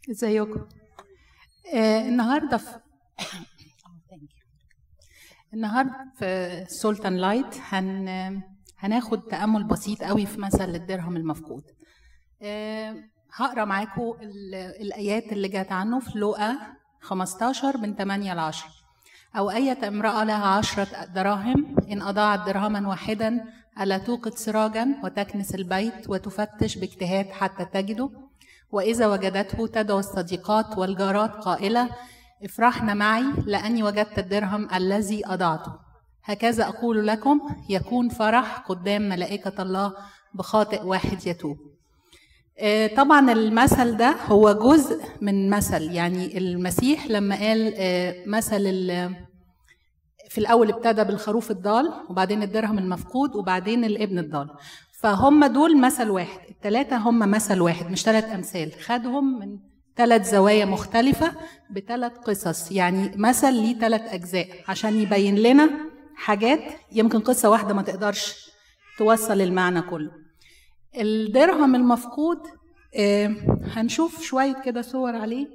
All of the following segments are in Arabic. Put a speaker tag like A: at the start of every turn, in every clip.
A: ازيكم؟ النهارده في سولتان لايت هناخد تأمل بسيط قوي في مثل الدرهم المفقود. هقرا معاكم الآيات اللي جات عنه في لوقا 15 من 8 ل10. أو أية امرأة لها 10 دراهم إن أضاعت درهما واحدا ألا توقد سراجا وتكنس البيت وتفتش باجتهاد حتى تجده، وإذا وجدته تدعو الصديقات والجارات قائلة افرحن معي لأني وجدت الدرهم الذي أضعته. هكذا أقول لكم يكون فرح قدام ملائكة الله بخاطئ واحد يتوب. طبعا المثل ده هو جزء من مثل، يعني المسيح لما قال مثل في الأول ابتدى بالخروف الضال وبعدين الدرهم المفقود وبعدين الابن الضال، فهم دول مثل واحد. الثلاثة هم مثل واحد مش 3 أمثال، خدهم من 3 زوايا مختلفة ب3 قصص، يعني مثل ليه 3 أجزاء عشان يبين لنا حاجات يمكن قصة واحدة ما تقدرش توصل المعنى كله. الدرهم المفقود هنشوف شوية كده صور عليه.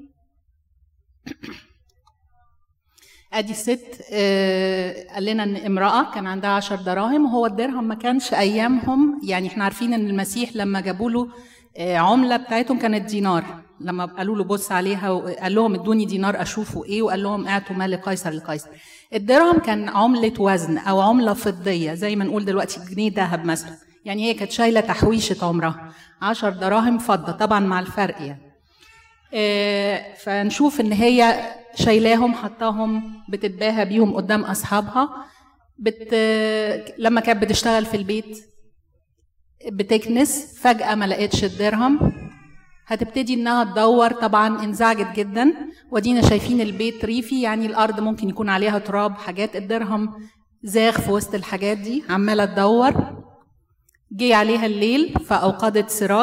A: ادي ست قال لنا ان امرأة كان عندها 10 دراهم، وهو الدرهم ما كانش ايامهم، يعني احنا عارفين ان المسيح لما جابوا له عملة بتاعتهم كانت دينار، لما قالوا له بص عليها وقال لهم ادوني دينار اشوفه ايه، وقال لهم اعطوا ما لقيصر لقيصر. الدرهم كان عملة وزن او عملة فضية زي ما نقول دلوقتي جنيه ذهب مثلا، يعني هي كانت شايلة تحويشة عمرها 10 دراهم فضة طبعا مع الفرق يعني. فنشوف ان هي شايلاهم حطاهم بتتباهى بيهم قدام اصحابها. لما كانت بتشتغل في البيت بتكنس، فجأة ما لقيتش الدرهم، هتبتدي انها تدور، طبعا انزعجت جدا. ودينا شايفين البيت ريفي، يعني الارض ممكن يكون عليها تراب حاجات، الدرهم زاغ في وسط الحاجات دي، عماله تدور. جه عليها الليل فأوقدت سراج،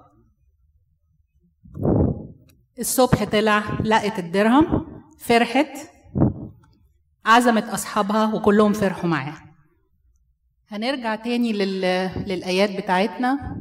A: الصبح طلع لقت الدرهم، فرحت، عزمت أصحابها وكلهم فرحوا معاها. هنرجع تاني للآيات بتاعتنا.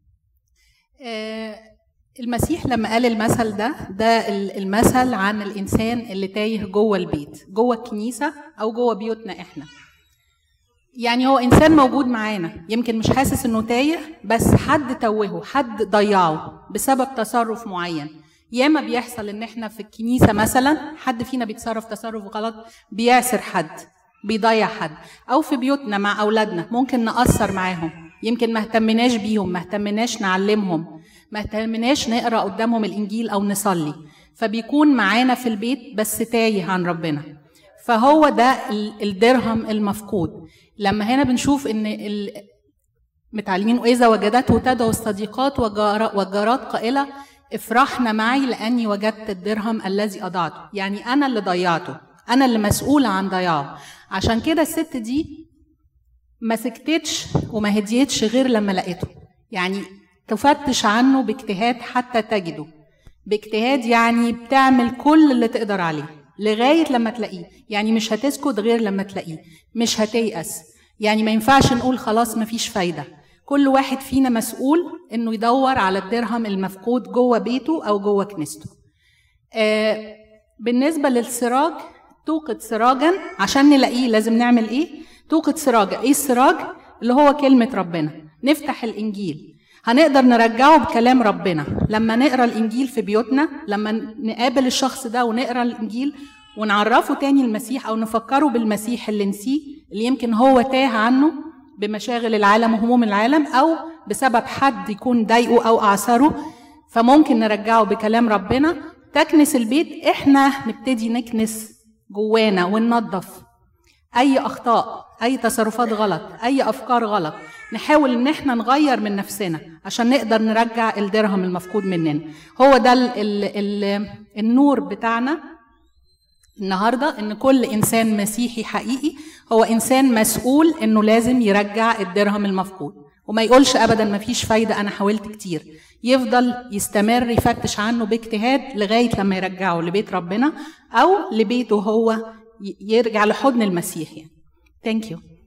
A: المسيح لما قال المثل ده المثل عن الإنسان اللي تايه جوه البيت، جوه الكنيسة أو جوه بيوتنا إحنا. يعني هو إنسان موجود معانا، يمكن مش حاسس إنه تايه، بس حد توهه، حد ضيعه بسبب تصرف معين. ياما بيحصل إن إحنا في الكنيسة مثلا حد فينا بيتصرف تصرف غلط، بيعسر حد، بيضيع حد، أو في بيوتنا مع أولادنا ممكن نقصر معاهم، يمكن ما اهتمناش بيهم، ما اهتمناش نعلمهم، ما اهتمناش نقرأ قدامهم الإنجيل أو نصلي، فبيكون معانا في البيت بس تايه عن ربنا. فهو ده الدرهم المفقود. لما هنا بنشوف ان متعلمين واذا وجدته تدعو الصديقات والجارات قائله افرحنا معي لاني وجدت الدرهم الذي اضعته، يعني انا اللي ضيعته، انا اللي مسؤوله عن ضياعه. عشان كده الست دي ما سكتتش وما هديتش غير لما لقيته، يعني تفتش عنه باجتهاد حتى تجده. باجتهاد يعني بتعمل كل اللي تقدر عليه لغاية لما تلاقيه، يعني مش هتسكت غير لما تلاقيه، مش هتيأس. يعني ما ينفعش نقول خلاص ما فيش فايدة، كل واحد فينا مسؤول انه يدور على الدرهم المفقود جوه بيته او جوه كنيسته. بالنسبة للسراج، توقد سراجا، عشان نلاقيه لازم نعمل ايه؟ توقد سراجا. ايه السراج؟ اللي هو كلمة ربنا. نفتح الانجيل، هنقدر نرجعه بكلام ربنا. لما نقرأ الإنجيل في بيوتنا، لما نقابل الشخص ده ونقرأ الإنجيل ونعرفه تاني المسيح أو نفكره بالمسيح اللي نسيه، اللي يمكن هو تاه عنه بمشاغل العالم وهموم العالم أو بسبب حد يكون ضايقه أو أعثره، فممكن نرجعه بكلام ربنا. تكنس البيت، إحنا نبتدي نكنس جوانا وننظف أي أخطاء، أي تصرفات غلط، أي أفكار غلط، نحاول إن إحنا نغير من نفسنا عشان نقدر نرجع الدرهم المفقود مننا. هو ده النور بتاعنا النهاردة، إن كل إنسان مسيحي حقيقي هو إنسان مسؤول إنه لازم يرجع الدرهم المفقود، وما يقولش أبداً ما فيش فايدة أنا حاولت كتير، يفضل يستمر يفتش عنه باجتهاد لغاية لما يرجعه لبيت ربنا أو لبيته هو، يرجع لحضن المسيح يعني. Thank you.